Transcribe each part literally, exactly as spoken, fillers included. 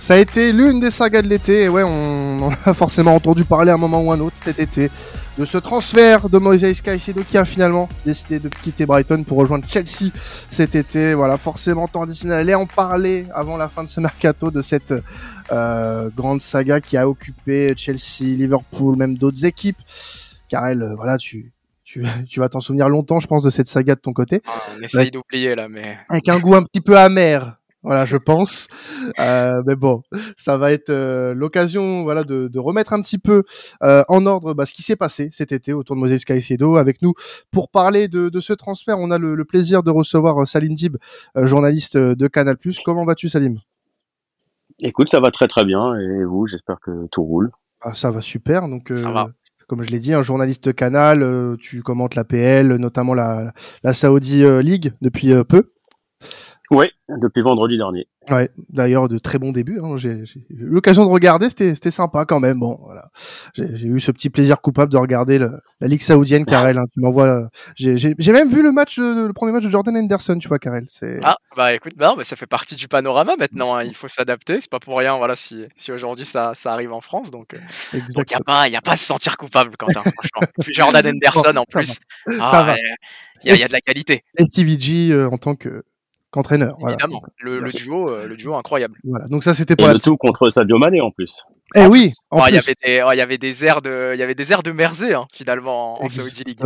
Ça a été l'une des sagas de l'été, et ouais, on en a forcément entendu parler à un moment ou un autre cet été, de ce transfert de Moises Caicedo qui a finalement décidé de quitter Brighton pour rejoindre Chelsea cet été. Voilà, forcément, temps additionnel, allez en parler avant la fin de ce mercato, de cette euh, grande saga qui a occupé Chelsea, Liverpool, même d'autres équipes. Karel, euh, voilà, tu... Tu, tu vas t'en souvenir longtemps, je pense, de cette saga de ton côté. Ah, on essaye avec, d'oublier là, mais avec un goût un petit peu amer. Voilà, je pense. Euh, mais bon, ça va être euh, l'occasion, voilà, de, de remettre un petit peu euh, en ordre bah, ce qui s'est passé cet été autour de Moises Caicedo. Avec nous pour parler de, de ce transfert, on a le, le plaisir de recevoir Salim Dib, euh, journaliste de Canal+. Comment vas-tu, Salim ? Écoute, ça va très très bien. Et vous, j'espère que tout roule. Ah, ça va super. Donc, ça euh, va. Comme je l'ai dit, un journaliste de Canal, euh, tu commentes la P L, notamment la, la Saudi euh, League depuis euh, peu. Oui, depuis vendredi dernier. Ouais, d'ailleurs de très bons débuts. Hein. J'ai, j'ai eu l'occasion de regarder, c'était, c'était sympa quand même. Bon, voilà, j'ai, j'ai eu ce petit plaisir coupable de regarder le, la Ligue saoudienne, Karel. Hein. Tu m'envoies. J'ai, j'ai, j'ai même vu le match, le premier match de Jordan Henderson, tu vois, Karel. C'est... Ah bah écoute, bah, bah ça fait partie du panorama maintenant. Hein. Il faut s'adapter. C'est pas pour rien, voilà, si si aujourd'hui ça ça arrive en France, donc Exactement. donc y a pas y a pas à se sentir coupable, Quentin. Franchement. Puis Jordan Henderson bon, en plus. Ça va. Ah, Ça va. Il y a, y a de la qualité. Et Stevie G euh, en tant que qu'entraîneur. Évidemment, voilà. le, le duo, euh, le duo incroyable. Voilà, donc ça c'était pour et la le tout contre Sadio Mané en plus. Eh oui, en oh, plus. Il y avait des, oh, il y avait des airs de, il y avait des airs de Merzé hein, finalement en, en Saudi League.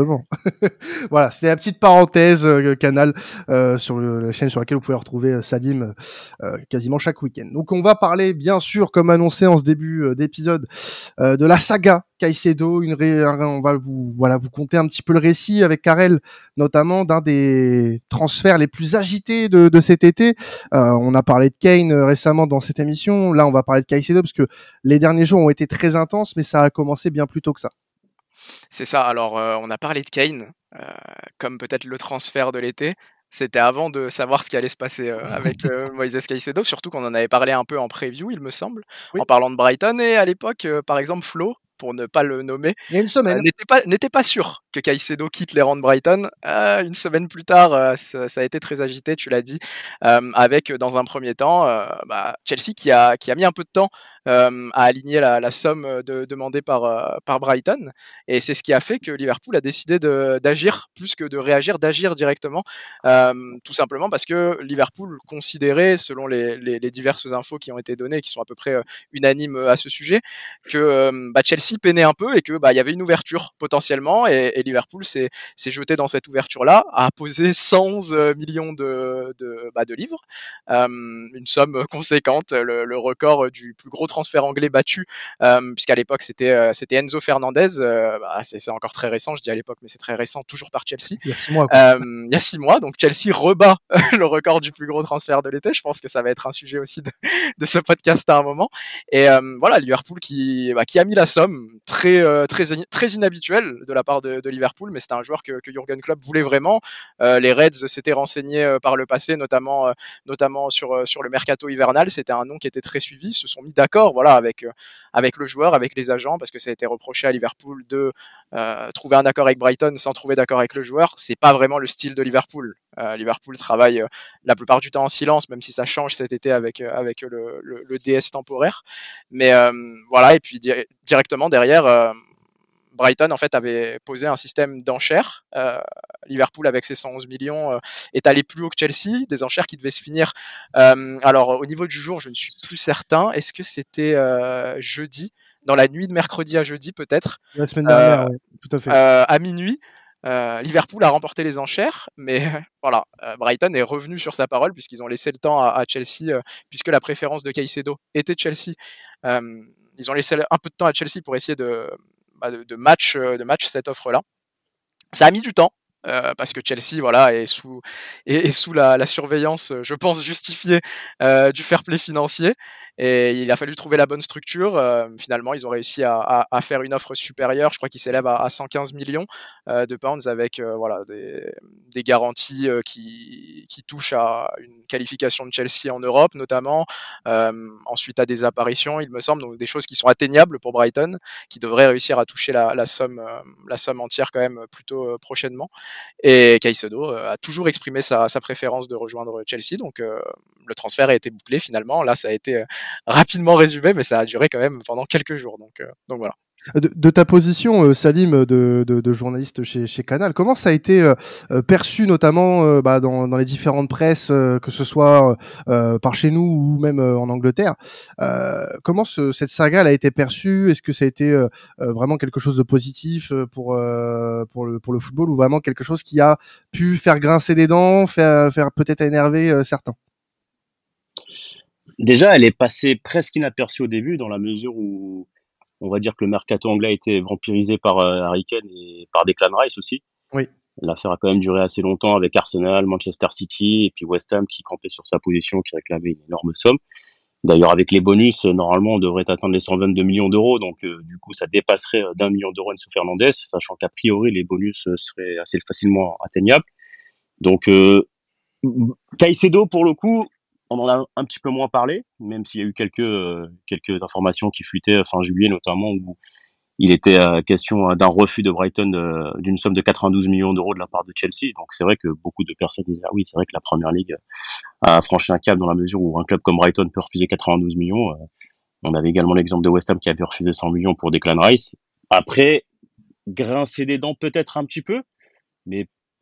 Voilà, c'était la petite parenthèse euh, Canal euh, sur le, la chaîne sur laquelle vous pouvez retrouver euh, Salim euh, quasiment chaque week-end. Donc on va parler bien sûr, comme annoncé en ce début euh, d'épisode, euh, de la saga Caicedo. Une ré... On va vous voilà vous conter un petit peu le récit avec Karel, notamment d'un des transferts les plus agités de, de cet été. Euh, on a parlé de Kane euh, récemment dans cette émission. Là, on va parler de Caicedo parce que les derniers jours ont été très intenses, mais ça a commencé bien plus tôt que ça. C'est ça. Alors, euh, on a parlé de Kane, euh, comme peut-être le transfert de l'été. C'était avant de savoir ce qui allait se passer euh, avec euh, Moises Caicedo, surtout qu'on en avait parlé un peu en preview, il me semble, oui. En parlant de Brighton. Et à l'époque, euh, par exemple, Flo, pour ne pas le nommer, il y a une semaine. Euh, n'était pas n'était pas sûr que Caicedo quitte les rangs de Brighton. Euh, une semaine plus tard, euh, ça, ça a été très agité, tu l'as dit, euh, avec dans un premier temps euh, bah, Chelsea qui a qui a mis un peu de temps euh, à aligner la, la somme de, demandée par euh, par Brighton, et c'est ce qui a fait que Liverpool a décidé de, d'agir plus que de réagir, d'agir directement, euh, tout simplement parce que Liverpool considérait, selon les, les, les diverses infos qui ont été données, qui sont à peu près euh, unanimes à ce sujet, que euh, bah, Chelsea peinait un peu et que bah il y avait une ouverture potentiellement, et, et Liverpool s'est, s'est jeté dans cette ouverture là, a posé cent onze millions de de, bah, de livres, euh, une somme conséquente, le, le record du plus gros transfert anglais battu, euh, puisqu'à l'époque c'était euh, c'était Enzo Fernandez, euh, bah, c'est, c'est encore très récent, je dis à l'époque mais c'est très récent, toujours par Chelsea. Il y a six mois. Euh, il y a six mois, donc Chelsea rebat le record du plus gros transfert de l'été. Je pense que ça va être un sujet aussi de, de ce podcast à un moment. Et euh, voilà, Liverpool qui bah, qui a mis la somme, très euh, très très inhabituelle de la part de, de Liverpool, mais c'était un joueur que, que Jürgen Klopp voulait vraiment. Euh, les Reds s'étaient renseignés euh, par le passé, notamment euh, notamment sur euh, sur le mercato hivernal. C'était un nom qui était très suivi. Ils se sont mis d'accord, voilà, avec euh, avec le joueur, avec les agents, parce que ça a été reproché à Liverpool de euh, trouver un accord avec Brighton sans trouver d'accord avec le joueur. C'est pas vraiment le style de Liverpool. Euh, Liverpool travaille euh, la plupart du temps en silence, même si ça change cet été avec euh, avec le, le, le D S temporaire. Mais euh, voilà, et puis di- directement derrière, euh, Brighton en fait avait posé un système d'enchères. Euh, Liverpool avec ses cent onze millions euh, est allé plus haut que Chelsea, des enchères qui devaient se finir. Euh, alors au niveau du jour, je ne suis plus certain. Est-ce que c'était euh, jeudi, dans la nuit de mercredi à jeudi peut-être? La semaine dernière, euh, oui, tout à fait. Euh, à minuit. Euh, Liverpool a remporté les enchères, mais voilà, euh, Brighton est revenu sur sa parole puisqu'ils ont laissé le temps à, à Chelsea, euh, puisque la préférence de Caicedo était Chelsea. Euh, ils ont laissé un peu de temps à Chelsea pour essayer de, bah, de, de match, de match cette offre-là. Ça a mis du temps. Euh, parce que Chelsea, voilà, est sous, est, est sous la, la surveillance, je pense justifiée, euh, du fair play financier. Et il a fallu trouver la bonne structure. Euh, finalement, ils ont réussi à, à, à faire une offre supérieure. Je crois qu'il s'élève à, à cent quinze millions euh, de pounds, avec euh, voilà, des, des garanties euh, qui, qui touchent à une qualification de Chelsea en Europe, notamment. Euh, ensuite, à des apparitions, il me semble, donc des choses qui sont atteignables pour Brighton, qui devraient réussir à toucher la, la, somme, euh, la somme entière quand même plutôt euh, prochainement. Et Caicedo euh, a toujours exprimé sa, sa préférence de rejoindre Chelsea. Donc euh, le transfert a été bouclé finalement. Là, ça a été euh, rapidement résumé, mais ça a duré quand même pendant quelques jours. Donc, euh, donc voilà. De, de ta position, euh, Salim, de, de, de journaliste chez, chez Canal, comment ça a été euh, euh, perçu, notamment euh, bah, dans, dans les différentes presses, euh, que ce soit euh, par chez nous ou même euh, en Angleterre. Euh, comment ce, cette saga elle a été perçue? Est-ce que ça a été euh, euh, vraiment quelque chose de positif pour euh, pour le pour le football, ou vraiment quelque chose qui a pu faire grincer des dents, faire faire peut-être énerver euh, certains? Déjà, elle est passée presque inaperçue au début, dans la mesure où on va dire que le mercato anglais a été vampirisé par euh, Harry Kane et par Declan Rice aussi. Oui. L'affaire a quand même duré assez longtemps avec Arsenal, Manchester City et puis West Ham qui campait sur sa position, qui réclamait une énorme somme. D'ailleurs, avec les bonus, euh, normalement, on devrait atteindre les cent vingt-deux millions d'euros, donc euh, du coup, ça dépasserait euh, d'un million d'euros Enzo Fernandez, sachant qu'a priori, les bonus euh, seraient assez facilement atteignables. Donc, euh, Caicedo, pour le coup, on en a un petit peu moins parlé, même s'il y a eu quelques euh, quelques informations qui fuitaient fin juillet, notamment, où il était euh, question euh, d'un refus de Brighton euh, d'une somme de quatre-vingt-douze millions d'euros de la part de Chelsea. Donc c'est vrai que beaucoup de personnes disaient ah oui, c'est vrai que la Première Ligue a franchi un cap dans la mesure où un club comme Brighton peut refuser quatre-vingt-douze millions. Euh, on avait également l'exemple de West Ham qui avait refusé cent millions pour Declan Rice. Après, grincer des dents peut-être un petit peu, mais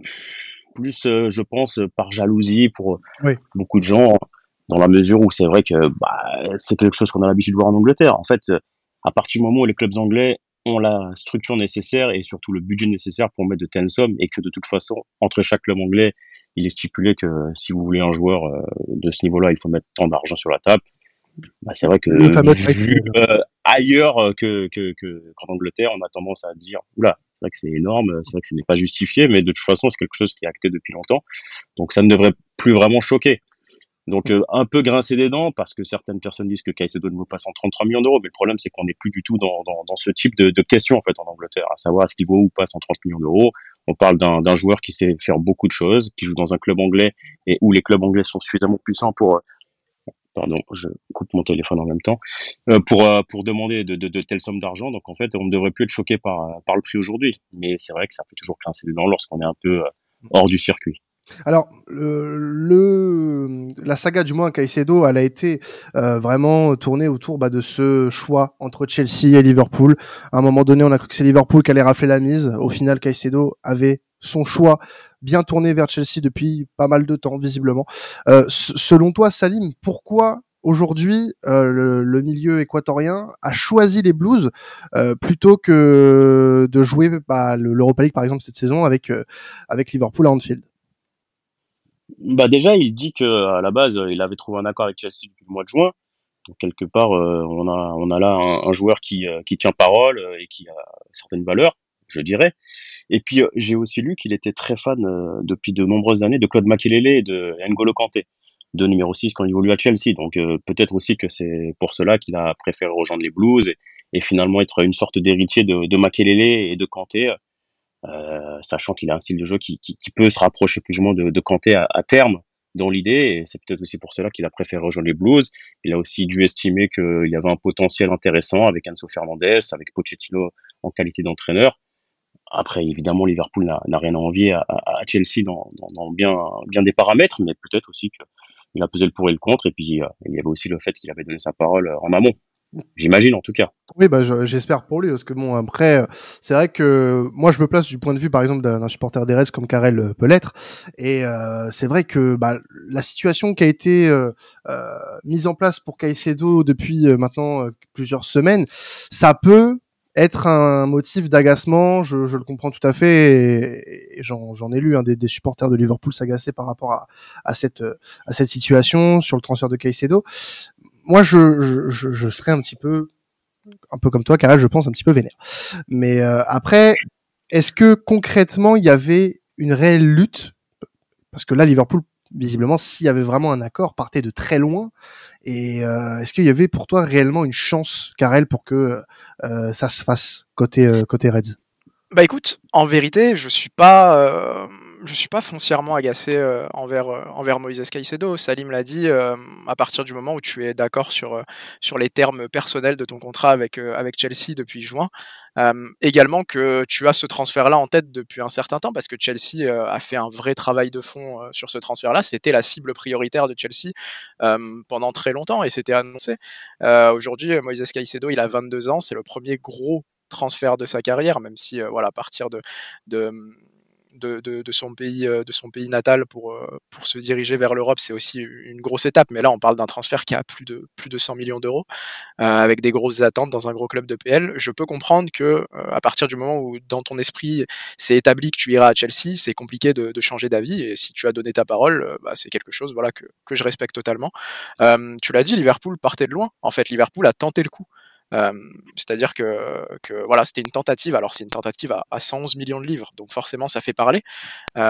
plus, euh, je pense, par jalousie pour Oui. beaucoup de gens, dans la mesure où c'est vrai que bah, c'est quelque chose qu'on a l'habitude de voir en Angleterre. En fait, à partir du moment où les clubs anglais ont la structure nécessaire et surtout le budget nécessaire pour mettre de telles sommes, et que de toute façon, entre chaque club anglais, il est stipulé que si vous voulez un joueur euh, de ce niveau-là, il faut mettre tant d'argent sur la table. Bah, c'est vrai que Le fameux vu euh, ailleurs que, que, que, qu'en Angleterre, on a tendance à dire oula, c'est vrai que c'est énorme, c'est vrai que ce n'est pas justifié, mais de toute façon, c'est quelque chose qui est acté depuis longtemps. Donc ça ne devrait plus vraiment choquer. Donc euh, un peu grincer des dents, parce que certaines personnes disent que Caicedo ne vaut pas cent trente-trois millions d'euros, mais le problème c'est qu'on n'est plus du tout dans, dans, dans ce type de, de questions en fait en Angleterre, à savoir est-ce qu'il vaut ou pas cent trente millions d'euros. On parle d'un, d'un joueur qui sait faire beaucoup de choses, qui joue dans un club anglais et où les clubs anglais sont suffisamment puissants pour pardon, je coupe mon téléphone en même temps, euh, pour euh, pour demander de, de, de telles sommes d'argent. Donc en fait, on ne devrait plus être choqué par par le prix aujourd'hui. Mais c'est vrai que ça fait toujours grincer des dents lorsqu'on est un peu euh, hors du circuit. Alors, le, le, la saga du moins Caicedo, elle a été euh, vraiment tournée autour bah, de ce choix entre Chelsea et Liverpool. À un moment donné, on a cru que c'est Liverpool qui allait rafler la mise. Au final, Caicedo avait son choix bien tourné vers Chelsea depuis pas mal de temps, visiblement. Euh, selon toi, Salim, pourquoi aujourd'hui euh, le, le milieu équatorien a choisi les Blues euh, plutôt que de jouer bah, l'Europa League, par exemple, cette saison avec, euh, avec Liverpool à Anfield? Bah déjà, il dit que à la base, il avait trouvé un accord avec Chelsea depuis le mois de juin. Donc quelque part, euh, on a on a là un, un joueur qui euh, qui tient parole euh, et qui a certaines valeurs, je dirais. Et puis euh, j'ai aussi lu qu'il était très fan euh, depuis de nombreuses années de Claude Makelele et de N'Golo Kanté, de numéro six quand il évolue à Chelsea. Donc euh, peut-être aussi que c'est pour cela qu'il a préféré rejoindre les Blues et, et finalement être une sorte d'héritier de, de Makelele et de Kanté. Euh, sachant qu'il a un style de jeu qui, qui, qui peut se rapprocher plus ou moins de, de Kanté à, à terme dans l'idée, et c'est peut-être aussi pour cela qu'il a préféré rejoindre les Blues. Il a aussi dû estimer qu'il y avait un potentiel intéressant avec Enzo Fernandez, avec Pochettino en qualité d'entraîneur. Après, évidemment, Liverpool n'a, n'a rien à envier à, à, à Chelsea dans, dans, dans bien, bien des paramètres, mais peut-être aussi qu'il a pesé le pour et le contre, et puis euh, il y avait aussi le fait qu'il avait donné sa parole en amont. J'imagine en tout cas. Oui, bah je, j'espère pour lui, parce que bon, après, euh, c'est vrai que moi je me place du point de vue, par exemple, d'un, d'un supporter des Reds comme Karel euh, peut l'être, et euh, c'est vrai que bah, la situation qui a été euh, euh, mise en place pour Caicedo depuis euh, maintenant euh, plusieurs semaines, ça peut être un motif d'agacement, je, je le comprends tout à fait, et, et j'en, j'en ai lu hein, des, des supporters de Liverpool s'agacer par rapport à, à cette à cette situation sur le transfert de Caicedo. Moi, je, je, je serais un petit peu, un peu comme toi, Karel, je pense un petit peu vénère. Mais euh, après, est-ce que concrètement, il y avait une réelle lutte? Parce que là, Liverpool, visiblement, s'il y avait vraiment un accord, partait de très loin. Et euh, est-ce qu'il y avait pour toi réellement une chance, Karel, pour que euh, ça se fasse côté euh, côté Reds? Bah écoute, en vérité, je suis pas, euh, je suis pas foncièrement agacé euh, envers, euh, envers Moïse Caicedo. Salim l'a dit, euh, à partir du moment où tu es d'accord sur, euh, sur les termes personnels de ton contrat avec, euh, avec Chelsea depuis juin, euh, également que tu as ce transfert-là en tête depuis un certain temps, parce que Chelsea euh, a fait un vrai travail de fond euh, sur ce transfert-là. C'était la cible prioritaire de Chelsea euh, pendant très longtemps et c'était annoncé. Euh, aujourd'hui, Moïse Caicedo, il a vingt-deux ans, c'est le premier gros transfert de sa carrière, même si euh, voilà, à partir de, de de, de, de, son pays, de son pays natal pour, pour se diriger vers l'Europe, c'est aussi une grosse étape. Mais là, on parle d'un transfert qui a plus de, plus de cent millions d'euros, euh, avec des grosses attentes dans un gros club de P L. Je peux comprendre que euh, à partir du moment où dans ton esprit c'est établi que tu iras à Chelsea, c'est compliqué de, de changer d'avis. Et si tu as donné ta parole, bah, c'est quelque chose voilà, que, que je respecte totalement. Euh, tu l'as dit, Liverpool partait de loin. En fait, Liverpool a tenté le coup. Euh, c'est-à-dire que, que voilà, c'était une tentative. Alors c'est une tentative à, à cent onze millions de livres, donc forcément ça fait parler. Euh,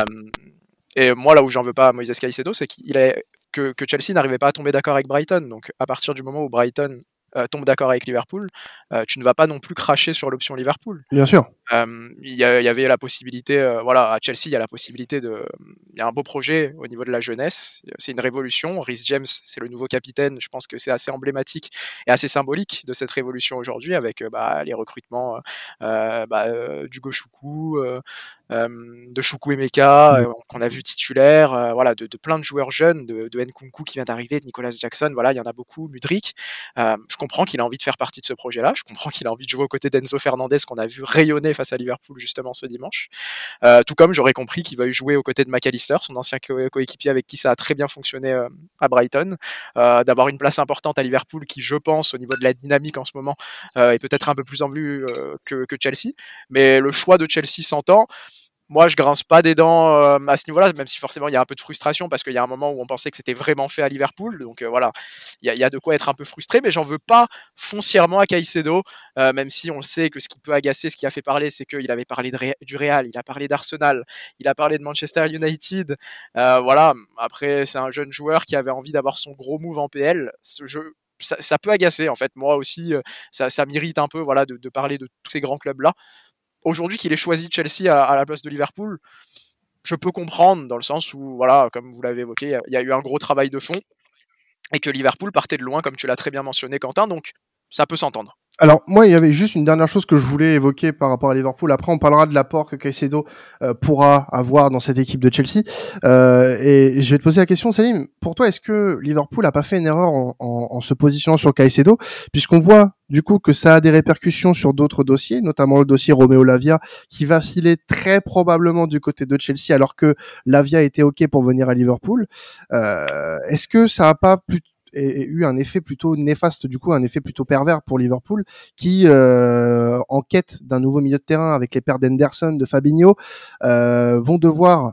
et moi là où j'en veux pas à Moïse Caicedo, c'est qu'il est que, que Chelsea n'arrivait pas à tomber d'accord avec Brighton. Donc à partir du moment où Brighton euh, tombe d'accord avec Liverpool, euh, tu ne vas pas non plus cracher sur l'option Liverpool. Bien sûr. Euh, il y, y avait la possibilité, euh, voilà, à Chelsea, il y a la possibilité de, il y a un beau projet au niveau de la jeunesse. C'est une révolution. Rhys James, c'est le nouveau capitaine. Je pense que c'est assez emblématique et assez symbolique de cette révolution aujourd'hui, avec euh, bah, les recrutements euh, bah, euh, d'Hugo Choukou, euh, euh, de Choukou Emeka, euh, qu'on a vu titulaire, euh, voilà, de, de plein de joueurs jeunes, de, de Nkunku qui vient d'arriver, de Nicolas Jackson, voilà, il y en a beaucoup, Mudryk. Euh, je comprends qu'il a envie de faire partie de ce projet-là. Je comprends qu'il a envie de jouer aux côtés d'Enzo Fernandez, qu'on a vu rayonner face à Liverpool justement ce dimanche. Euh, tout comme j'aurais compris qu'il va jouer aux côtés de McAllister, son ancien co- coéquipier avec qui ça a très bien fonctionné euh, à Brighton, euh, d'avoir une place importante à Liverpool qui, je pense, au niveau de la dynamique en ce moment, euh, est peut-être un peu plus en vue euh, que, que Chelsea. Mais le choix de Chelsea s'entend. Moi, je grince pas des dents euh, à ce niveau-là, même si forcément il y a un peu de frustration parce qu'il y a un moment où on pensait que c'était vraiment fait à Liverpool. Donc euh, voilà, il y, y, a de quoi être un peu frustré, mais j'en veux pas foncièrement à Caicedo, euh, même si on le sait que ce qui peut agacer, ce qui a fait parler, c'est qu'il avait parlé de Ré- du Real, il a parlé d'Arsenal, il a parlé de Manchester United. Euh, voilà, après, c'est un jeune joueur qui avait envie d'avoir son gros move en P L. Ce jeu, ça, ça peut agacer en fait. Moi aussi, euh, ça, ça m'irrite un peu voilà, de, de parler de tous ces grands clubs-là. Aujourd'hui qu'il ait choisi Chelsea à, à la place de Liverpool, je peux comprendre dans le sens où, voilà, comme vous l'avez évoqué, il y, y a eu un gros travail de fond et que Liverpool partait de loin, comme tu l'as très bien mentionné, Quentin, donc ça peut s'entendre. Alors moi, il y avait juste une dernière chose que je voulais évoquer par rapport à Liverpool. Après, on parlera de l'apport que Caicedo euh, pourra avoir dans cette équipe de Chelsea. Euh, et je vais te poser la question, Salim. Pour toi, est-ce que Liverpool a pas fait une erreur en, en, en se positionnant sur Caicedo, puisqu'on voit du coup que ça a des répercussions sur d'autres dossiers, notamment le dossier Romeo Lavia, qui va filer très probablement du côté de Chelsea, alors que Lavia était ok pour venir à Liverpool. Euh, est-ce que ça a pas plus et eu un effet plutôt néfaste, du coup un effet plutôt pervers pour Liverpool, qui euh, en quête d'un nouveau milieu de terrain avec les paires d'Henderson, de Fabinho, euh, vont devoir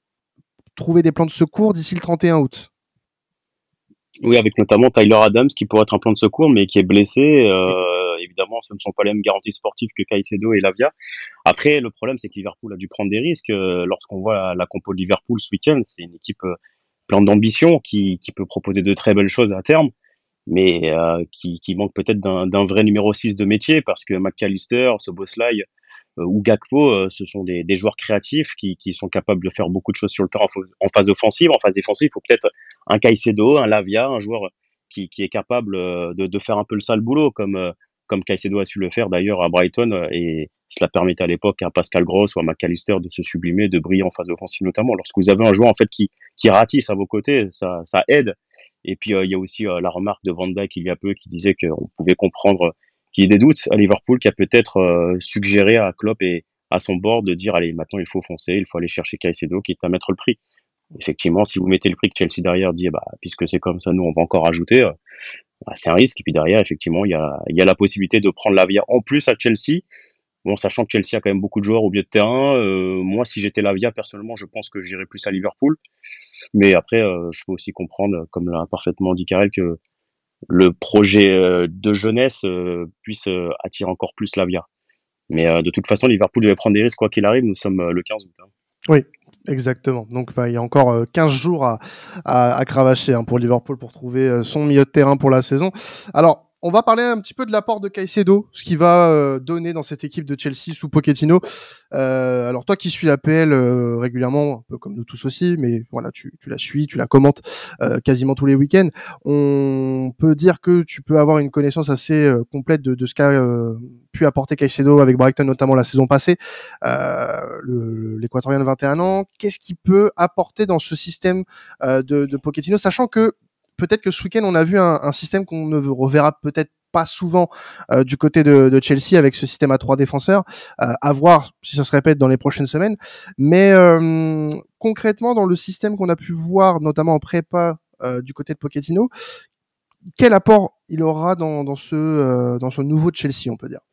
trouver des plans de secours d'ici le trente et un août. Oui, avec notamment Tyler Adams qui pourrait être un plan de secours mais qui est blessé. Euh, évidemment, ce ne sont pas les mêmes garanties sportives que Caicedo et Lavia. Après, le problème, c'est que Liverpool a dû prendre des risques. Lorsqu'on voit la, la compo de Liverpool ce week-end, c'est une équipe euh, pleine d'ambition qui, qui peut proposer de très belles choses à terme, mais euh, qui, qui manque peut-être d'un, d'un vrai numéro six de métier, parce que McAllister, Szoboszlai euh, ou Gakpo, euh, ce sont des, des joueurs créatifs qui, qui sont capables de faire beaucoup de choses sur le terrain en, en phase offensive. En phase défensive, il faut peut-être un Caicedo, un Lavia, un joueur qui, qui est capable euh, de, de faire un peu le sale boulot, comme, euh, comme Caicedo a su le faire d'ailleurs à Brighton, euh, et cela permettait à l'époque à Pascal Gross ou à McAllister de se sublimer, de briller en phase offensive notamment. Lorsque vous avez un joueur en fait qui, qui ratisse à vos côtés, ça, ça aide. Et puis euh, il y a aussi euh, la remarque de Van Dijk il y a peu qui disait qu'on pouvait comprendre qu'il y ait des doutes à Liverpool, qui a peut-être euh, suggéré à Klopp et à son board de dire allez, maintenant il faut foncer, il faut aller chercher Caicedo quitte à mettre le prix. Effectivement, si vous mettez le prix que Chelsea derrière dit bah puisque c'est comme ça, nous on va encore ajouter, euh, bah, c'est un risque. Et puis derrière, effectivement, il y a, il y a la possibilité de prendre Lavia en plus à Chelsea. Bon, sachant que Chelsea a quand même beaucoup de joueurs au milieu de terrain, euh, moi, si j'étais Lavia, personnellement, je pense que j'irais plus à Liverpool. Mais après, euh, je peux aussi comprendre, comme l'a parfaitement dit Karel, que le projet euh, de jeunesse euh, puisse euh, attirer encore plus Lavia. Mais euh, de toute façon, Liverpool devait prendre des risques quoi qu'il arrive. Nous sommes euh, le quinze août. Hein. Oui, exactement. Donc il y a encore euh, quinze jours à, à, à cravacher hein, pour Liverpool pour trouver euh, son milieu de terrain pour la saison. Alors, on va parler un petit peu de l'apport de Caicedo, ce qu'il va euh, donner dans cette équipe de Chelsea sous Pochettino. Euh, alors toi qui suis la P L euh, régulièrement, un peu comme nous tous aussi, mais voilà, tu, tu la suis, tu la commentes euh, quasiment tous les week-ends. On peut dire que tu peux avoir une connaissance assez euh, complète de, de ce qu'a euh, pu apporter Caicedo avec Brighton, notamment la saison passée. Euh, le, l'Équatorien de vingt et un ans, qu'est-ce qu'il peut apporter dans ce système euh, de, de Pochettino, sachant que peut-être que ce week-end on a vu un, un système qu'on ne reverra peut-être pas souvent euh, du côté de, de Chelsea avec ce système à trois défenseurs, euh, à voir si ça se répète dans les prochaines semaines. Mais euh, concrètement, dans le système qu'on a pu voir, notamment en prépa euh, du côté de Pochettino, quel apport il aura dans, dans ce euh, dans ce nouveau Chelsea, on peut dire?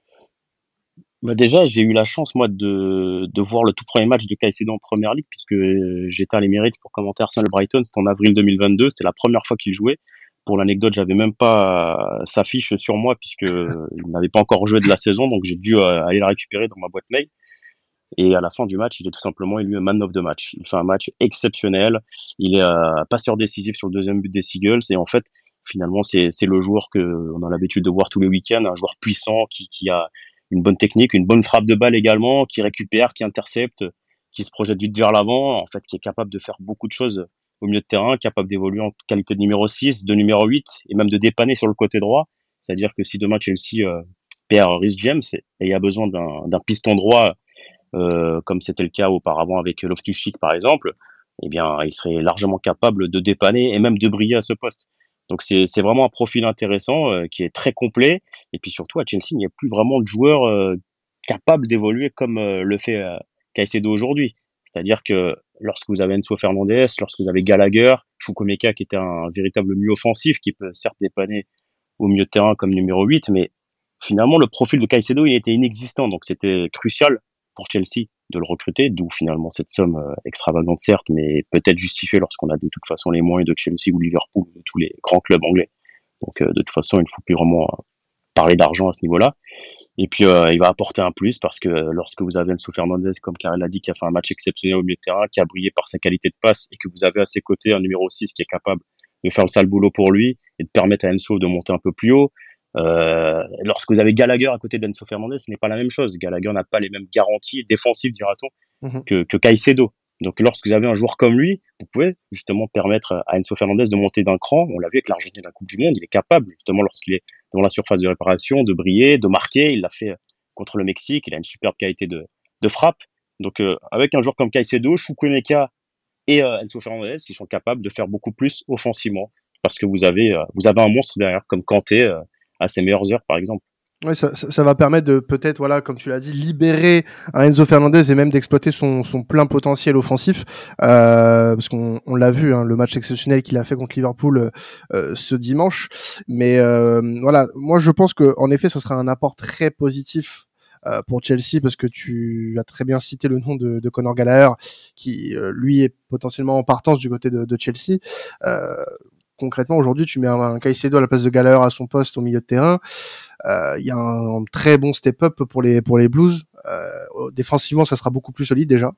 Bah déjà, j'ai eu la chance, moi, de, de voir le tout premier match de Caicedo en première ligue, puisque j'étais à l'Emirates pour commenter Arsenal-Brighton. C'était en avril deux mille vingt-deux. C'était la première fois qu'il jouait. Pour l'anecdote, j'avais même pas sa fiche sur moi, puisque il n'avait pas encore joué de la saison, donc j'ai dû euh, aller la récupérer dans ma boîte mail. Et à la fin du match, il est tout simplement élu man of the match. Il fait un match exceptionnel. Il est euh, passeur décisif sur le deuxième but des Seagulls. Et en fait, finalement, c'est, c'est le joueur que on a l'habitude de voir tous les week-ends, un joueur puissant qui, qui a une bonne technique, une bonne frappe de balle également, qui récupère, qui intercepte, qui se projette vite vers l'avant, en fait, qui est capable de faire beaucoup de choses au milieu de terrain, capable d'évoluer en qualité de numéro six, de numéro huit, et même de dépanner sur le côté droit. C'est-à-dire que si demain Chelsea euh, perd Reece James et il y a besoin d'un, d'un piston droit, euh, comme c'était le cas auparavant avec Loftus-Cheek par exemple, eh bien, il serait largement capable de dépanner et même de briller à ce poste. Donc c'est, c'est vraiment un profil intéressant euh, qui est très complet. Et puis surtout à Chelsea, il n'y a plus vraiment de joueurs euh, capables d'évoluer comme euh, le fait euh, Caicedo aujourd'hui. C'est-à-dire que lorsque vous avez Enzo Fernandez, lorsque vous avez Gallagher, Chukwuemeka qui était un véritable milieu offensif qui peut certes dépanner au milieu de terrain comme numéro huit, mais finalement le profil de Caicedo il était inexistant. Donc c'était crucial pour Chelsea de le recruter, d'où finalement cette somme euh, extravagante certes, mais peut-être justifiée lorsqu'on a de toute façon les moyens de Chelsea ou Liverpool, de tous les grands clubs anglais. Donc euh, de toute façon, il ne faut plus vraiment euh, parler d'argent à ce niveau-là. Et puis euh, il va apporter un plus parce que euh, lorsque vous avez Enzo Fernandez, comme Karel l'a dit, qui a fait un match exceptionnel au milieu de terrain, qui a brillé par sa qualité de passe, et que vous avez à ses côtés un numéro six qui est capable de faire le sale boulot pour lui et de permettre à Enzo de monter un peu plus haut. Euh, lorsque vous avez Gallagher à côté d'Enzo Fernandez, ce n'est pas la même chose. Gallagher n'a pas les mêmes garanties défensives, dira-t-on, Mm-hmm. que, que Caicedo. Donc lorsque vous avez un joueur comme lui, vous pouvez justement permettre à Enzo Fernandez de monter d'un cran. On l'a vu avec l'Argentine de la Coupe du Monde, il est capable justement lorsqu'il est dans la surface de réparation de briller, de marquer. Il l'a fait contre le Mexique, il a une superbe qualité de, de frappe. Donc euh, avec un joueur comme Caicedo, Chukwuemeka et euh, Enzo Fernandez, ils sont capables de faire beaucoup plus offensivement parce que vous avez, euh, vous avez un monstre derrière comme Kanté euh, à ses meilleures heures par exemple. Oui, ça, ça, ça va permettre de peut-être, voilà, comme tu l'as dit, libérer un Enzo Fernandez et même d'exploiter son, son plein potentiel offensif, euh, parce qu'on on l'a vu, hein, le match exceptionnel qu'il a fait contre Liverpool euh, ce dimanche. Mais euh, voilà, moi je pense que en effet, ça sera un apport très positif euh, pour Chelsea parce que tu as très bien cité le nom de, de Conor Gallagher, qui euh, lui est potentiellement en partance du côté de, de Chelsea. Euh, concrètement, aujourd'hui, tu mets un, un Caicedo à la place de Gallagher à son poste au milieu de terrain. Il euh, y a un, un très bon step-up pour les pour les Blues. Euh, défensivement, ça sera beaucoup plus solide déjà.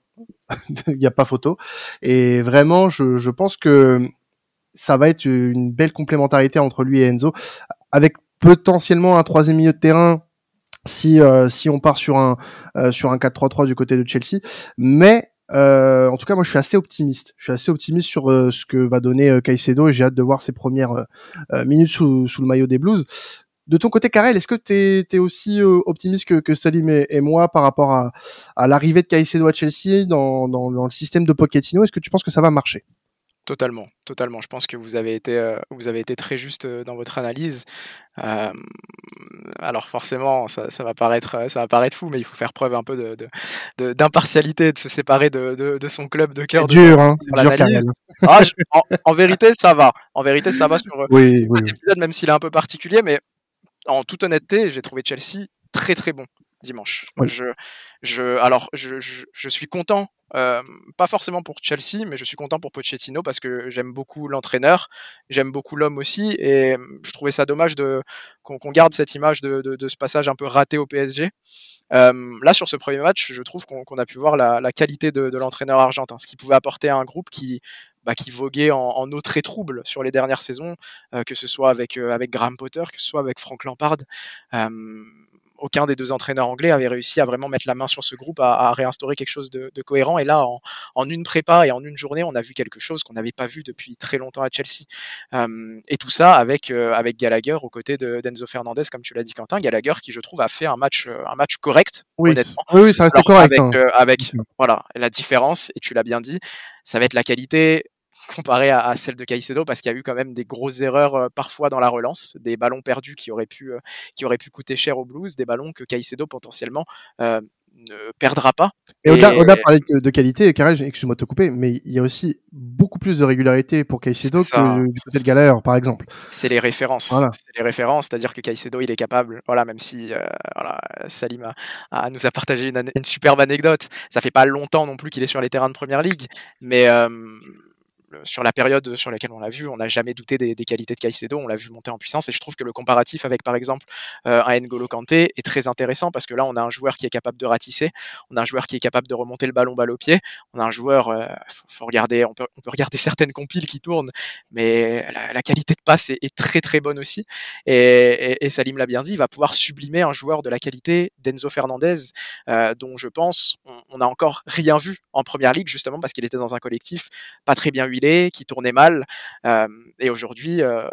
Il n'y a pas photo. Et vraiment, je, je pense que ça va être une belle complémentarité entre lui et Enzo, avec potentiellement un troisième milieu de terrain si euh, si on part sur un euh, sur un quatre trois trois du côté de Chelsea. Mais euh, en tout cas, moi, je suis assez optimiste. Je suis assez optimiste sur euh, ce que va donner euh, Caicedo et j'ai hâte de voir ses premières euh, minutes sous, sous le maillot des Blues. De ton côté, Karel, est-ce que t'es, t'es aussi euh, optimiste que, que Salim et, et moi par rapport à, à l'arrivée de Caicedo à Chelsea dans, dans, dans le système de Pochettino? Est-ce que tu penses que ça va marcher? Totalement, totalement. Je pense que vous avez été, euh, vous avez été très juste dans votre analyse. Euh, alors forcément, ça, ça va paraître, ça va paraître fou, mais il faut faire preuve un peu de, de, de d'impartialité, de se séparer de, de, de son club de cœur. C'est dur, de, hein. C'est dur, Karel. Ah, je, en, en vérité, ça va. En vérité, ça va sur, oui, sur oui, cet oui. épisode, même s'il est un peu particulier, mais en toute honnêteté, j'ai trouvé Chelsea très très bon dimanche. Oui. Je, je, alors, je, je, je suis content, euh, pas forcément pour Chelsea, mais je suis content pour Pochettino parce que j'aime beaucoup l'entraîneur, j'aime beaucoup l'homme aussi, et je trouvais ça dommage de, qu'on, qu'on garde cette image de, de, de ce passage un peu raté au P S G. Euh, là, sur ce premier match, je trouve qu'on, qu'on a pu voir la, la qualité de, de l'entraîneur argentin, ce qu'il pouvait apporter à un groupe qui, bah, qui voguait en, en eau très trouble sur les dernières saisons, euh, que ce soit avec, euh, avec Graham Potter, que ce soit avec Frank Lampard. Euh, aucun des deux entraîneurs anglais avait réussi à vraiment mettre la main sur ce groupe, à, à réinstaurer quelque chose de, de cohérent. Et là, en, en une prépa et en une journée, on a vu quelque chose qu'on n'avait pas vu depuis très longtemps à Chelsea. Euh, et tout ça avec, euh, avec Gallagher aux côtés de, d'Enzo Fernandez, comme tu l'as dit, Quentin. Gallagher qui, je trouve, a fait un match, euh, un match correct, Oui, honnêtement. oui, oui, ça restait Alors, correct. avec, Hein. euh, avec voilà, la différence, et tu l'as bien dit, ça va être la qualité comparée à, à celle de Caicedo, parce qu'il y a eu quand même des grosses erreurs euh, parfois dans la relance, des ballons perdus qui auraient pu, euh, qui auraient pu coûter cher aux Blues, des ballons que Caicedo potentiellement euh, ne perdra pas. Et, et au-delà, au-delà de parler de, de qualité, Karel, excuse-moi de te couper, mais il y a aussi beaucoup plus de régularité pour Caicedo que du côté de Gallagher, par exemple. C'est les références. Voilà. C'est les références, c'est-à-dire que Caicedo, il est capable, voilà, même si euh, voilà, Salim a, a, nous a partagé une, une superbe anecdote. Ça fait pas longtemps non plus qu'il est sur les terrains de Première Ligue, mais euh, sur la période sur laquelle on l'a vu, on n'a jamais douté des, des qualités de Caicedo, on l'a vu monter en puissance, et je trouve que le comparatif avec, par exemple, euh, un N'Golo Kanté est très intéressant, parce que là, on a un joueur qui est capable de ratisser, on a un joueur qui est capable de remonter le ballon balle au pied, on a un joueur, euh, faut, faut regarder, on peut, on peut regarder certaines compiles qui tournent, mais la, la qualité de passe est, est très très bonne aussi, et, et, et Salim l'a bien dit, il va pouvoir sublimer un joueur de la qualité d'Enzo Fernandez, euh, dont je pense, on, on a encore rien vu en Première Ligue, justement parce qu'il était dans un collectif pas très bien huilé, qui tournait mal, euh, et aujourd'hui euh,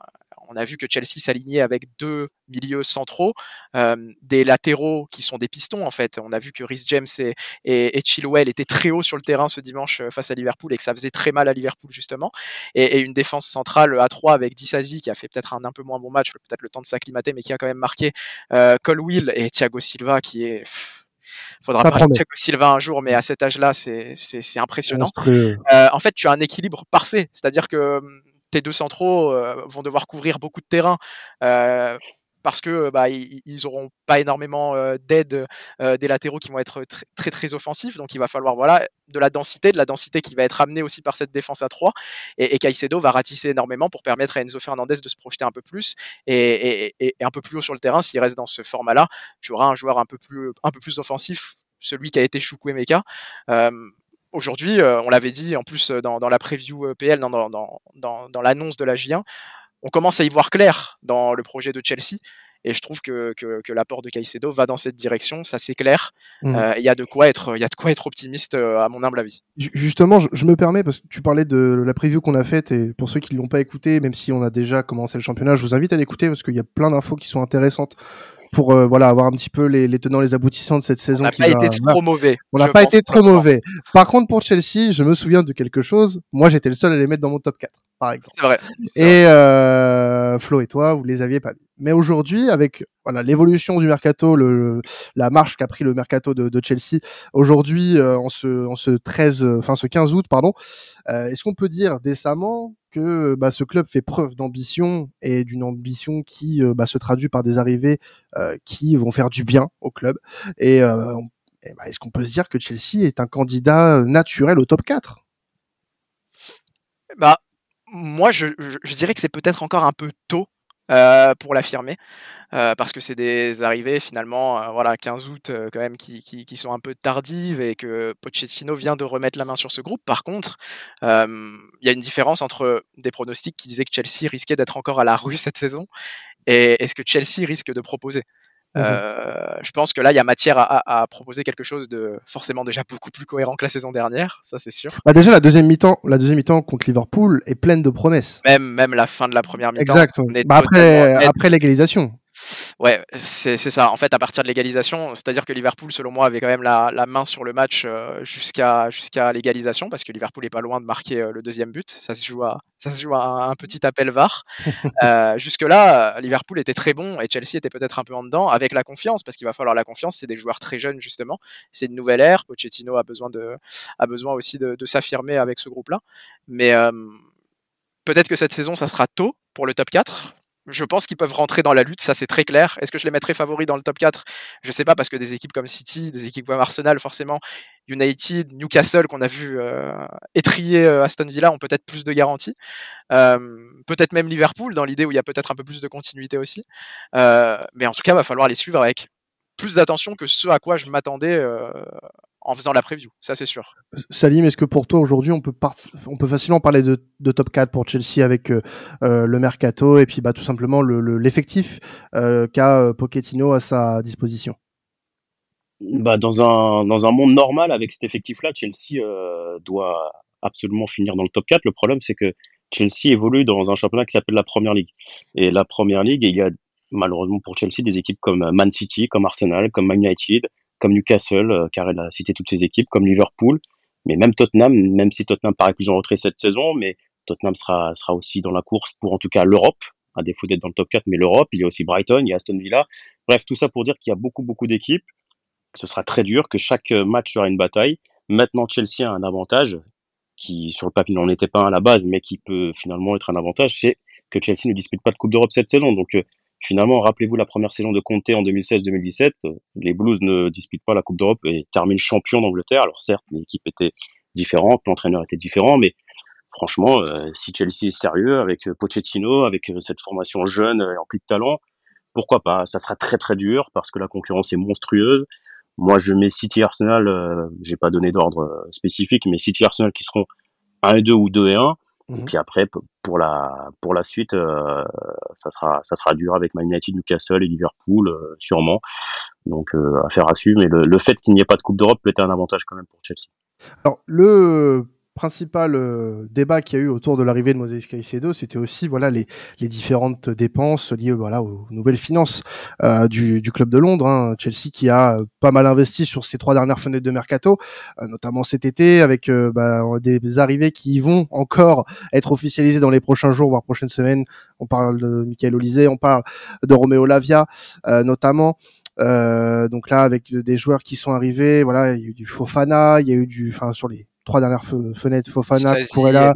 on a vu que Chelsea s'alignait avec deux milieux centraux, euh, des latéraux qui sont des pistons en fait. On a vu que Reece James et, et, et Chilwell étaient très hauts sur le terrain ce dimanche face à Liverpool, et que ça faisait très mal à Liverpool justement, et, et une défense centrale à trois avec Disasi qui a fait peut-être un un peu moins bon match, peut-être le temps de s'acclimater, mais qui a quand même marqué, euh, Colwill et Thiago Silva qui est... Faudra Ça parler de promet. Thiago Silva un jour, mais à cet âge-là, c'est, c'est, c'est impressionnant. Euh... Euh, en fait, tu as un équilibre parfait, c'est-à-dire que tes deux centraux euh, vont devoir couvrir beaucoup de terrain, euh, parce que bah, ils, ils auront pas énormément euh, d'aide euh, des latéraux qui vont être très, très très offensifs, donc il va falloir voilà de la densité, de la densité qui va être amenée aussi par cette défense à trois, et, et Caicedo va ratisser énormément pour permettre à Enzo Fernandez de se projeter un peu plus, et, et, et, et un peu plus haut sur le terrain. S'il reste dans ce format-là, tu auras un joueur un peu plus, un peu plus offensif, celui qui a été Chukwuemeka. Euh, Aujourd'hui, euh, on l'avait dit en plus dans, dans la preview P L, dans, dans, dans, dans l'annonce de la J un, on commence à y voir clair dans le projet de Chelsea, et je trouve que, que, que l'apport de Caicedo va dans cette direction, ça c'est clair. Il mmh. euh, y a de quoi être, il y a de quoi être optimiste à mon humble avis. Justement, je, je me permets, parce que tu parlais de la preview qu'on a faite, et pour ceux qui ne l'ont pas écouté, même si on a déjà commencé le championnat, je vous invite à l'écouter parce qu'il y a plein d'infos qui sont intéressantes pour euh, voilà avoir un petit peu les, les tenants, les aboutissants de cette saison. On n'a pas va... été trop mauvais. On n'a pas été trop mauvais. Par contre, pour Chelsea, je me souviens de quelque chose. Moi, j'étais le seul à les mettre dans mon top quatre, par exemple. C'est vrai. C'est et vrai. Euh, Flo et toi, vous les aviez pas mis. Mais aujourd'hui, avec voilà l'évolution du mercato, le, la marche qu'a pris le mercato de, de Chelsea, aujourd'hui, euh, en ce, en ce treize, enfin ce quinze août, pardon, euh, est-ce qu'on peut dire décemment que bah, ce club fait preuve d'ambition, et d'une ambition qui euh, bah, se traduit par des arrivées euh, qui vont faire du bien au club, et, euh, on, et bah, est-ce qu'on peut se dire que Chelsea est un candidat naturel au top quatre? Bah, moi, je, je, je dirais que c'est peut-être encore un peu tôt euh, pour l'affirmer, euh, parce que c'est des arrivées finalement, euh, voilà, quinze août euh, quand même, qui, qui, qui sont un peu tardives, et que Pochettino vient de remettre la main sur ce groupe. Par contre, il euh, y a une différence entre des pronostics qui disaient que Chelsea risquait d'être encore à la rue cette saison, et, et ce que Chelsea risque de proposer. Mmh. Euh, je pense que là, il y a matière à, à, à proposer quelque chose de forcément déjà beaucoup plus cohérent que la saison dernière, ça c'est sûr. Bah déjà la deuxième mi-temps, la deuxième mi-temps contre Liverpool est pleine de promesses. Même même la fin de la première mi-temps. Exact. Ouais. Bah après après l'égalisation. Ouais, c'est, c'est ça. En fait, à partir de l'égalisation, c'est-à-dire que Liverpool, selon moi, avait quand même la, la main sur le match euh, jusqu'à, jusqu'à l'égalisation, parce que Liverpool n'est pas loin de marquer euh, le deuxième but. Ça se joue à, ça se joue à un, un petit appel V A R. euh, jusque-là, Liverpool était très bon, et Chelsea était peut-être un peu en dedans, avec la confiance, parce qu'il va falloir la confiance. C'est des joueurs très jeunes, justement. C'est une nouvelle ère. Pochettino a besoin, de, a besoin aussi de, de s'affirmer avec ce groupe-là. Mais euh, peut-être que cette saison, ça sera tôt pour le top quatre. Je pense qu'ils peuvent rentrer dans la lutte, ça c'est très clair. Est-ce que je les mettrais favoris dans le top quatre? Je sais pas, parce que des équipes comme City, des équipes comme Arsenal, forcément, United, Newcastle, qu'on a vu euh, étrier euh, Aston Villa, ont peut-être plus de garanties. Euh, peut-être même Liverpool, dans l'idée où il y a peut-être un peu plus de continuité aussi. Euh, mais en tout cas, il va falloir les suivre avec plus d'attention que ce à quoi je m'attendais euh, en faisant la preview, ça c'est sûr. Salim, est-ce que pour toi aujourd'hui on peut part... on peut facilement parler de, de top quatre pour Chelsea avec euh, euh, le mercato et puis bah tout simplement le, le, l'effectif euh, qu'a euh, Pochettino à sa disposition? Bah, dans un dans un monde normal avec cet effectif-là, Chelsea euh, doit absolument finir dans le top quatre. Le problème, c'est que Chelsea évolue dans un championnat qui s'appelle la Premier League. Et la Premier League, il y a malheureusement pour Chelsea des équipes comme Man City, comme Arsenal, comme Man United, comme Newcastle, euh, car elle a cité toutes ces équipes, comme Liverpool, mais même Tottenham, même si Tottenham paraît plus en retrait cette saison, mais Tottenham sera sera aussi dans la course pour en tout cas l'Europe, à défaut d'être dans le top quatre, mais l'Europe. Il y a aussi Brighton, il y a Aston Villa. Bref, tout ça pour dire qu'il y a beaucoup beaucoup d'équipes. Ce sera très dur, que chaque match sera une bataille. Maintenant, Chelsea a un avantage qui, sur le papier, n'en était pas un à la base, mais qui peut finalement être un avantage, c'est que Chelsea ne dispute pas de Coupe d'Europe cette saison. Donc, euh, finalement, rappelez-vous la première saison de Conte en deux mille seize deux mille dix-sept, euh, les Blues ne disputent pas la Coupe d'Europe et terminent champion d'Angleterre. Alors certes, l'équipe était différente, l'entraîneur était différent, mais franchement, euh, si Chelsea est sérieux avec euh, Pochettino, avec euh, cette formation jeune et emplie de talent, pourquoi pas? Ça sera très très dur parce que la concurrence est monstrueuse. Moi, je mets City Arsenal, euh, j'ai pas donné d'ordre euh, spécifique, mais City Arsenal qui seront un et deux ou deux et un. Mmh. Et puis après, pour la, pour la suite, euh, ça sera, ça sera dur avec Man United, Newcastle et Liverpool, euh, sûrement. Donc, euh, affaire à suivre. Mais le, le fait qu'il n'y ait pas de Coupe d'Europe peut être un avantage quand même pour Chelsea. Alors, le principal euh, débat qu'il y a eu autour de l'arrivée de Moisés Caicedo, c'était aussi voilà les, les différentes dépenses liées voilà aux nouvelles finances euh, du, du club de Londres. Hein. Chelsea qui a euh, pas mal investi sur ces trois dernières fenêtres de mercato, euh, notamment cet été avec euh, bah, des, des arrivées qui vont encore être officialisées dans les prochains jours voire prochaines semaines. On parle de Michael Olise, on parle de Romeo Lavia euh, notamment. Euh, donc là, avec des joueurs qui sont arrivés, voilà, il y a eu du Fofana, il y a eu du, enfin sur les trois dernières fe- fenêtres, Fofana, Cucurella,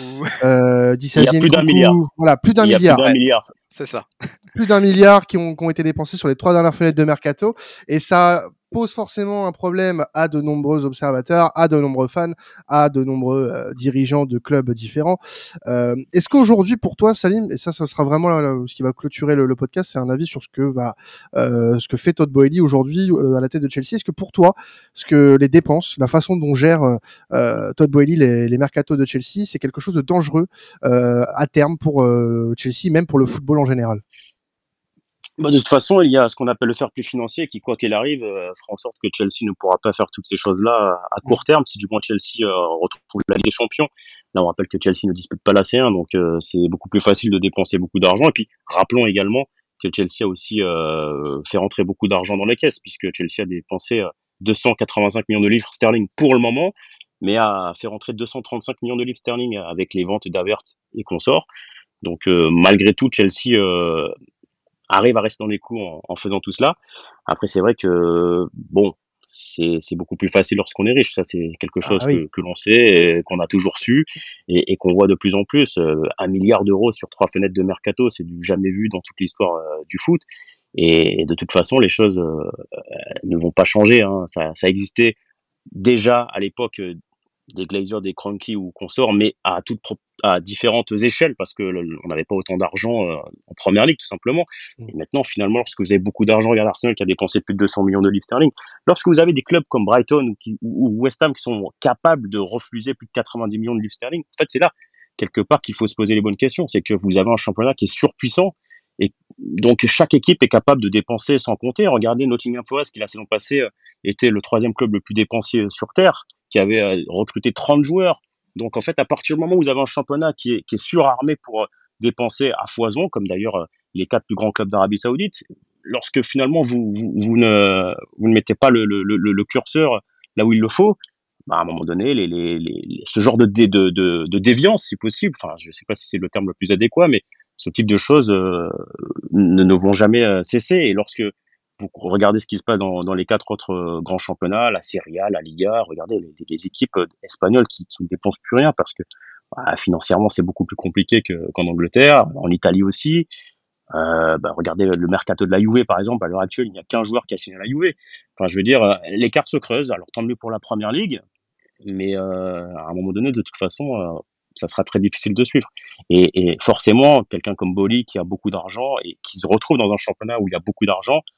euh, Disasi, il y a plus d'un milliard. Voilà, plus d'un il y a milliard. Plus d'un ouais, milliard. C'est ça. Plus d'un milliard qui ont, qui ont été dépensés sur les trois dernières fenêtres de mercato, et ça pose forcément un problème à de nombreux observateurs, à de nombreux fans, à de nombreux euh, dirigeants de clubs différents. Euh, est-ce qu'aujourd'hui, pour toi, Salim, et ça, ça sera vraiment là, là, ce qui va clôturer le, le podcast, c'est un avis sur ce que va, euh, ce que fait Todd Boehly aujourd'hui euh, à la tête de Chelsea. Est-ce que pour toi, ce que les dépenses, la façon dont gère euh, Todd Boehly les, les mercatos de Chelsea, c'est quelque chose de dangereux euh, à terme pour euh, Chelsea, même pour le football en général? Bah, de toute façon, il y a ce qu'on appelle le fair play financier qui, quoi qu'il arrive, euh, fera en sorte que Chelsea ne pourra pas faire toutes ces choses-là à court terme, si du moins Chelsea euh, retrouve la Ligue des Champions. Là, on rappelle que Chelsea ne dispute pas la C un, donc euh, c'est beaucoup plus facile de dépenser beaucoup d'argent. Et puis, rappelons également que Chelsea a aussi euh, fait rentrer beaucoup d'argent dans les caisses, puisque Chelsea a dépensé euh, deux cent quatre-vingt-cinq millions de livres sterling pour le moment, mais a fait rentrer deux cent trente-cinq millions de livres sterling avec les ventes d'Havertz et consorts. Donc, euh, malgré tout, Chelsea... Euh, arrive à rester dans les coups en, en faisant tout cela. Après, c'est vrai que, bon, c'est, c'est beaucoup plus facile lorsqu'on est riche. Ça, c'est quelque chose Ah oui. que, que l'on sait, et qu'on a toujours su, et, et qu'on voit de plus en plus. Euh, un milliard d'euros sur trois fenêtres de mercato, c'est du jamais vu dans toute l'histoire euh, du foot. Et, et de toute façon, les choses euh, ne vont pas changer. Hein. Ça, ça existait déjà à l'époque euh, des Glazers, des Kroenke ou consorts, mais à toutes pro- à différentes échelles, parce que le- on n'avait pas autant d'argent euh, en première ligue, tout simplement. Mm. Et maintenant, finalement, lorsque vous avez beaucoup d'argent, regarde Arsenal qui a dépensé plus de deux cents millions de livres sterling, lorsque vous avez des clubs comme Brighton ou, qui, ou ou West Ham qui sont capables de refuser plus de quatre-vingt-dix millions de livres sterling, en fait, c'est là, quelque part, qu'il faut se poser les bonnes questions. C'est que vous avez un championnat qui est surpuissant, et donc chaque équipe est capable de dépenser sans compter. Regardez Nottingham Forest, qui la saison passée euh, était le troisième club le plus dépensier euh, sur Terre, qui avait euh, recruté trente joueurs. Donc en fait, à partir du moment où vous avez un championnat qui est, qui est surarmé pour euh, dépenser à foison, comme d'ailleurs euh, les quatre plus grands clubs d'Arabie Saoudite, lorsque finalement vous, vous, vous, ne, vous ne mettez pas le, le, le, le curseur là où il le faut, bah, à un moment donné, les, les, les, ce genre de, de, de, de, de déviance, si possible, enfin je ne sais pas si c'est le terme le plus adéquat, mais ce type de choses euh, ne, ne vont jamais euh, cesser. Et lorsque vous regardez ce qui se passe dans, dans les quatre autres euh, grands championnats, la Serie A, la Liga, regardez les, les équipes euh, espagnoles qui, qui ne dépensent plus rien parce que bah, financièrement c'est beaucoup plus compliqué que, qu'en Angleterre, en Italie aussi. Euh, bah, regardez le mercato de la Juve par exemple, à l'heure actuelle il n'y a qu'un joueur qui a signé à la Juve. Enfin je veux dire, euh, les cartes se creusent, alors tant mieux pour la première ligue, mais euh, à un moment donné de toute façon euh, ça sera très difficile de suivre. Et, et forcément, quelqu'un comme Boehly qui a beaucoup d'argent et qui se retrouve dans un championnat où il y a beaucoup d'argent,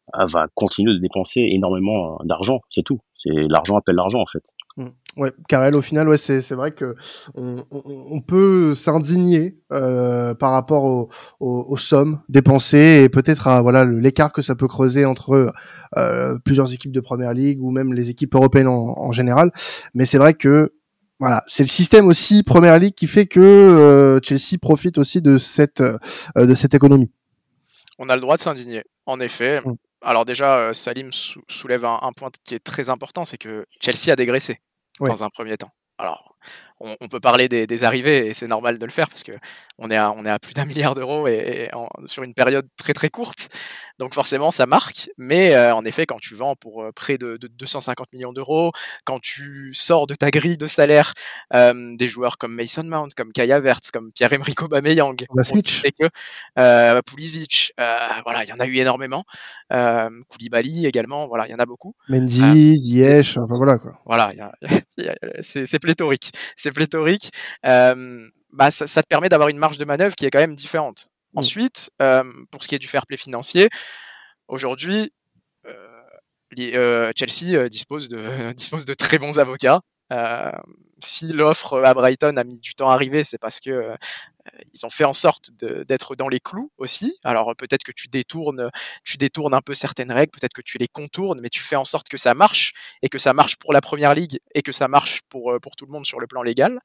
va continuer de dépenser énormément d'argent, c'est tout. C'est l'argent appelle l'argent en fait. Mmh. Ouais, Karel, au final, ouais, c'est c'est vrai que on, on, on peut s'indigner euh, par rapport aux, aux, aux sommes dépensées et peut-être à voilà l'écart que ça peut creuser entre euh, plusieurs équipes de Première Ligue ou même les équipes européennes en, en général. Mais c'est vrai que voilà, c'est le système aussi Première Ligue qui fait que euh, Chelsea profite aussi de cette euh, de cette économie. On a le droit de s'indigner, en effet. Mmh. Alors déjà, euh, Salim sou- soulève un, un point qui est très important, c'est que Chelsea a dégraissé Ouais. dans un premier temps. Alors, on, on peut parler des, des arrivées et c'est normal de le faire parce que on est à, on est à plus d'un milliard d'euros et, et en- sur une période très très courte. Donc forcément, ça marque. Mais euh, en effet, quand tu vends pour euh, près de, de deux cent cinquante millions d'euros, quand tu sors de ta grille de salaire euh, des joueurs comme Mason Mount, comme Kai Havertz, comme Pierre-Emerick Aubameyang, pour ne Vlasic. citer que, euh, Pulisic, euh, voilà, il y en a eu énormément. Euh, Koulibaly également, voilà, il y en a beaucoup. Euh, Mendy, Ziyech, enfin voilà quoi. voilà, y a, y a, c'est, c'est pléthorique. C'est pléthorique. Euh, bah, ça, ça te permet d'avoir une marge de manœuvre qui est quand même différente. Mm. Ensuite, euh, pour ce qui est du fair play financier, aujourd'hui, euh, euh, Chelsea euh, dispose, de, dispose de très bons avocats. Euh, si l'offre à Brighton a mis du temps à arriver, c'est parce que euh, ils ont fait en sorte de, d'être dans les clous aussi. Alors peut-être que tu détournes, tu détournes un peu certaines règles, peut-être que tu les contournes, mais tu fais en sorte que ça marche et que ça marche pour la première ligue et que ça marche pour pour tout le monde sur le plan légal.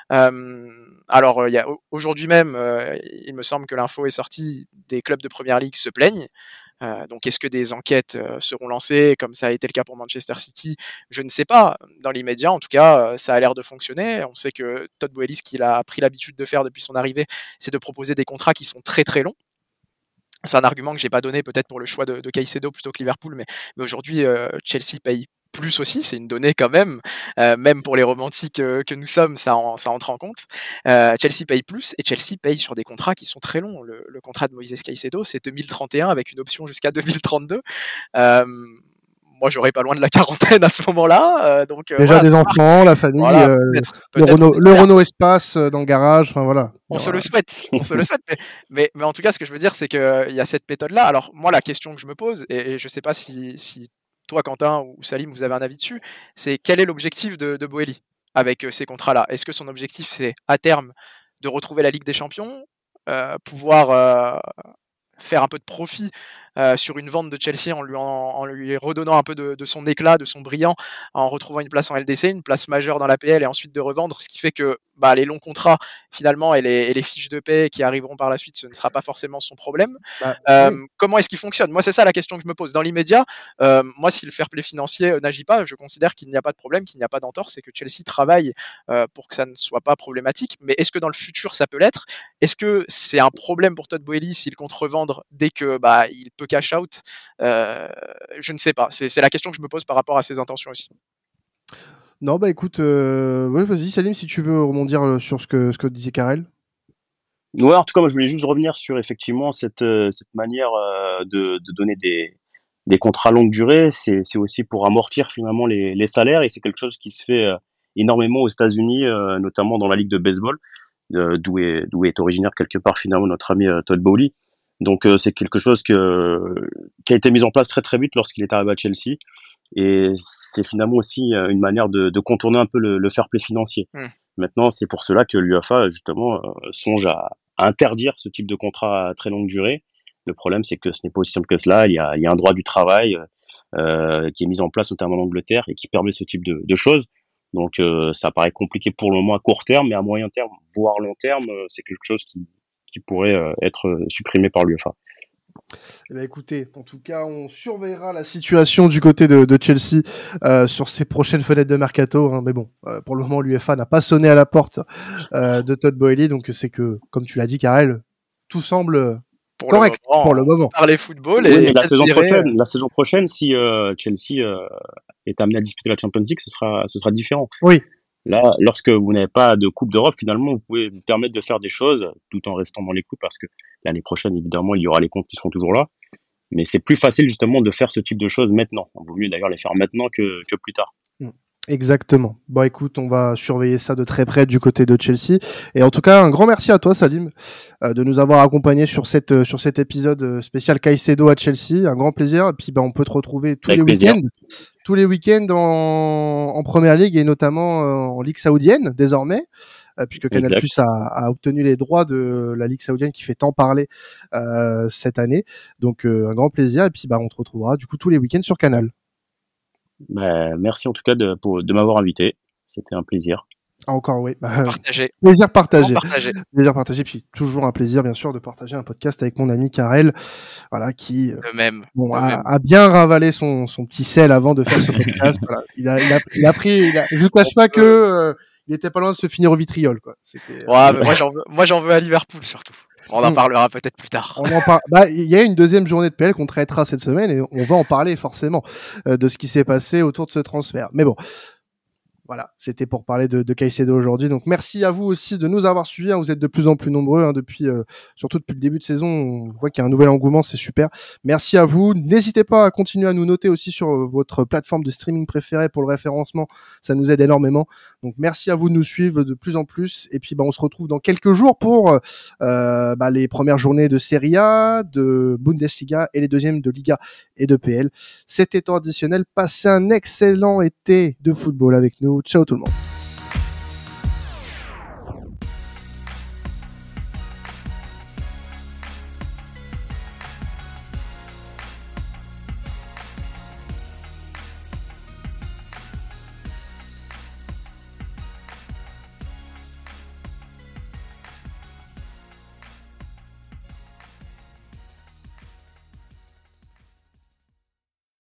Euh, alors il y a aujourd'hui même, euh, il me semble que l'info est sortie, des clubs de première ligue se plaignent. Euh, donc, est-ce que des enquêtes euh, seront lancées, comme ça a été le cas pour Manchester City? Je ne sais pas. Dans l'immédiat, en tout cas, euh, ça a l'air de fonctionner. On sait que Todd Boehly, ce qu'il a pris l'habitude de faire depuis son arrivée, c'est de proposer des contrats qui sont très très longs. C'est un argument que j'ai pas donné peut-être pour le choix de, de Caicedo plutôt que Liverpool, mais, mais aujourd'hui, euh, Chelsea paye plus aussi, c'est une donnée quand même, euh, même pour les romantiques euh, que nous sommes, ça, en, ça entre en compte. Euh, Chelsea paye plus et Chelsea paye sur des contrats qui sont très longs. Le, le contrat de Moïse Caicedo, c'est deux mille trente et un avec une option jusqu'à deux mille trente-deux. Euh, moi, j'aurais pas loin de la quarantaine à ce moment-là, euh, donc euh, Déjà voilà. des enfants, la famille, Voilà, euh, peut-être, le peut-être Renault, le Renault Espace euh, dans le garage, enfin voilà. on se Voilà. le souhaite, on se le souhaite, mais, mais, mais en tout cas, ce que je veux dire, c'est qu'il y a cette méthode-là. Alors, moi, la question que je me pose, et, et je sais pas si, si toi, Quentin ou Salim, vous avez un avis dessus, c'est quel est l'objectif de, de Boehly avec euh, ces contrats-là? Est-ce que son objectif, c'est à terme de retrouver la Ligue des Champions, euh, pouvoir euh, faire un peu de profit euh, sur une vente de Chelsea en lui, en, en lui redonnant un peu de, de son éclat, de son brillant, en retrouvant une place en L D C, une place majeure dans l'A P L et ensuite de revendre, ce qui fait que bah, les longs contrats finalement et les, et les fiches de paie qui arriveront par la suite, ce ne sera pas forcément son problème. Bah, Euh, oui. comment est-ce qu'il fonctionne? Moi, c'est ça la question que je me pose. Dans l'immédiat, euh, moi, si le fair play financier euh, n'agit pas, je considère qu'il n'y a pas de problème, qu'il n'y a pas d'entorse, c'est que Chelsea travaille euh, pour que ça ne soit pas problématique. Mais est-ce que dans le futur, ça peut l'être? Est-ce que c'est un problème pour Todd Boehly s'il compte revendre dès que bah, il peut cash out? euh, Je ne sais pas. C'est, c'est la question que je me pose par rapport à ses intentions aussi. Non, bah écoute, euh, ouais, vas-y Salim, si tu veux rebondir euh, sur ce que, ce que disait Karel. Ouais, en tout cas, moi, je voulais juste revenir sur effectivement cette, euh, cette manière euh, de, de donner des, des contrats longue durée. C'est, c'est aussi pour amortir finalement les, les salaires et c'est quelque chose qui se fait euh, énormément aux États-Unis, euh, notamment dans la ligue de baseball, euh, d'où est, d'où est originaire quelque part finalement notre ami euh, Todd Boehly. Donc, euh, c'est quelque chose que, qui a été mis en place très très vite lorsqu'il est arrivé à Chelsea. Et c'est finalement aussi euh, une manière de, de contourner un peu le, le fair play financier. Mm. Maintenant, c'est pour cela que l'UEFA, justement, euh, songe à, à interdire ce type de contrat à très longue durée. Le problème, c'est que ce n'est pas aussi simple que cela. Il y a, il y a un droit du travail euh, qui est mis en place, notamment en Angleterre, et qui permet ce type de, de choses. Donc, euh, ça paraît compliqué pour le moment à court terme, mais à moyen terme, voire long terme, euh, c'est quelque chose qui, qui pourrait euh, être supprimé par l'UEFA. Eh ben, écoutez, en tout cas, on surveillera la situation du côté de, de Chelsea euh, sur ces prochaines fenêtres de mercato. Hein. Mais bon, euh, pour le moment, l'UEFA n'a pas sonné à la porte euh, de Todd Boehly, donc c'est que, comme tu l'as dit, Karel, tout semble Pour correct le moment, pour le moment. Parler football Oui, et mais la saison respirer. prochaine, la saison prochaine, si euh, Chelsea euh, est amené à disputer la Champions League, ce sera, ce sera différent. Oui. Là, lorsque vous n'avez pas de Coupe d'Europe, finalement, vous pouvez vous permettre de faire des choses tout en restant dans les clous parce que l'année prochaine, évidemment, il y aura les comptes qui seront toujours là. Mais c'est plus facile, justement, de faire ce type de choses maintenant. Il vaut mieux d'ailleurs les faire maintenant que, que plus tard. Exactement. Bon, écoute, on va surveiller ça de très près du côté de Chelsea. Et en tout cas, un grand merci à toi, Salim, euh, de nous avoir accompagnés sur cette euh, sur cet épisode euh, spécial Caicedo à Chelsea. Un grand plaisir. Et puis, ben, on peut te retrouver tous Avec les plaisir. week-ends, tous les week-ends en, en Première Ligue et notamment euh, en Ligue saoudienne désormais, euh, puisque Canal+ Exact. a, a obtenu les droits de la Ligue saoudienne qui fait tant parler euh, cette année. Donc, euh, un grand plaisir. Et puis, ben, on te retrouvera du coup tous les week-ends sur Canal. Bah, merci en tout cas de, pour, de m'avoir invité. C'était un plaisir. Encore, oui. Bah, Partagé. plaisir partagé. Partagé. Plaisir partagé. Puis toujours un plaisir, bien sûr, de partager un podcast avec mon ami Karel, voilà, qui De même. bon, de a, même. a bien ravalé son, son petit sel avant de faire ce podcast. Voilà. Il a, il a, il a pris. Il a, je ne cache pas que euh, il était pas loin de se finir au vitriol, quoi. C'était. Ouais, mais moi j'en veux, moi j'en veux à Liverpool surtout. On en Hmm. parlera peut-être plus tard. On en parle. Bah, il y a une deuxième journée de P L qu'on traitera cette semaine et on va en parler forcément euh, de ce qui s'est passé autour de ce transfert. Mais bon. Voilà, c'était pour parler de, de Caicedo aujourd'hui. Donc merci à vous aussi de nous avoir suivis. Hein. Vous êtes de plus en plus nombreux hein, depuis, euh, surtout depuis le début de saison. On voit qu'il y a un nouvel engouement, c'est super. Merci à vous. N'hésitez pas à continuer à nous noter aussi sur euh, votre plateforme de streaming préférée pour le référencement. Ça nous aide énormément. Donc merci à vous de nous suivre de plus en plus. Et puis bah, on se retrouve dans quelques jours pour euh, bah, les premières journées de Serie A, de Bundesliga et les deuxièmes de Liga et de P L. C'était temps additionnel. Passez un excellent été de football avec nous. Ciao tout le monde.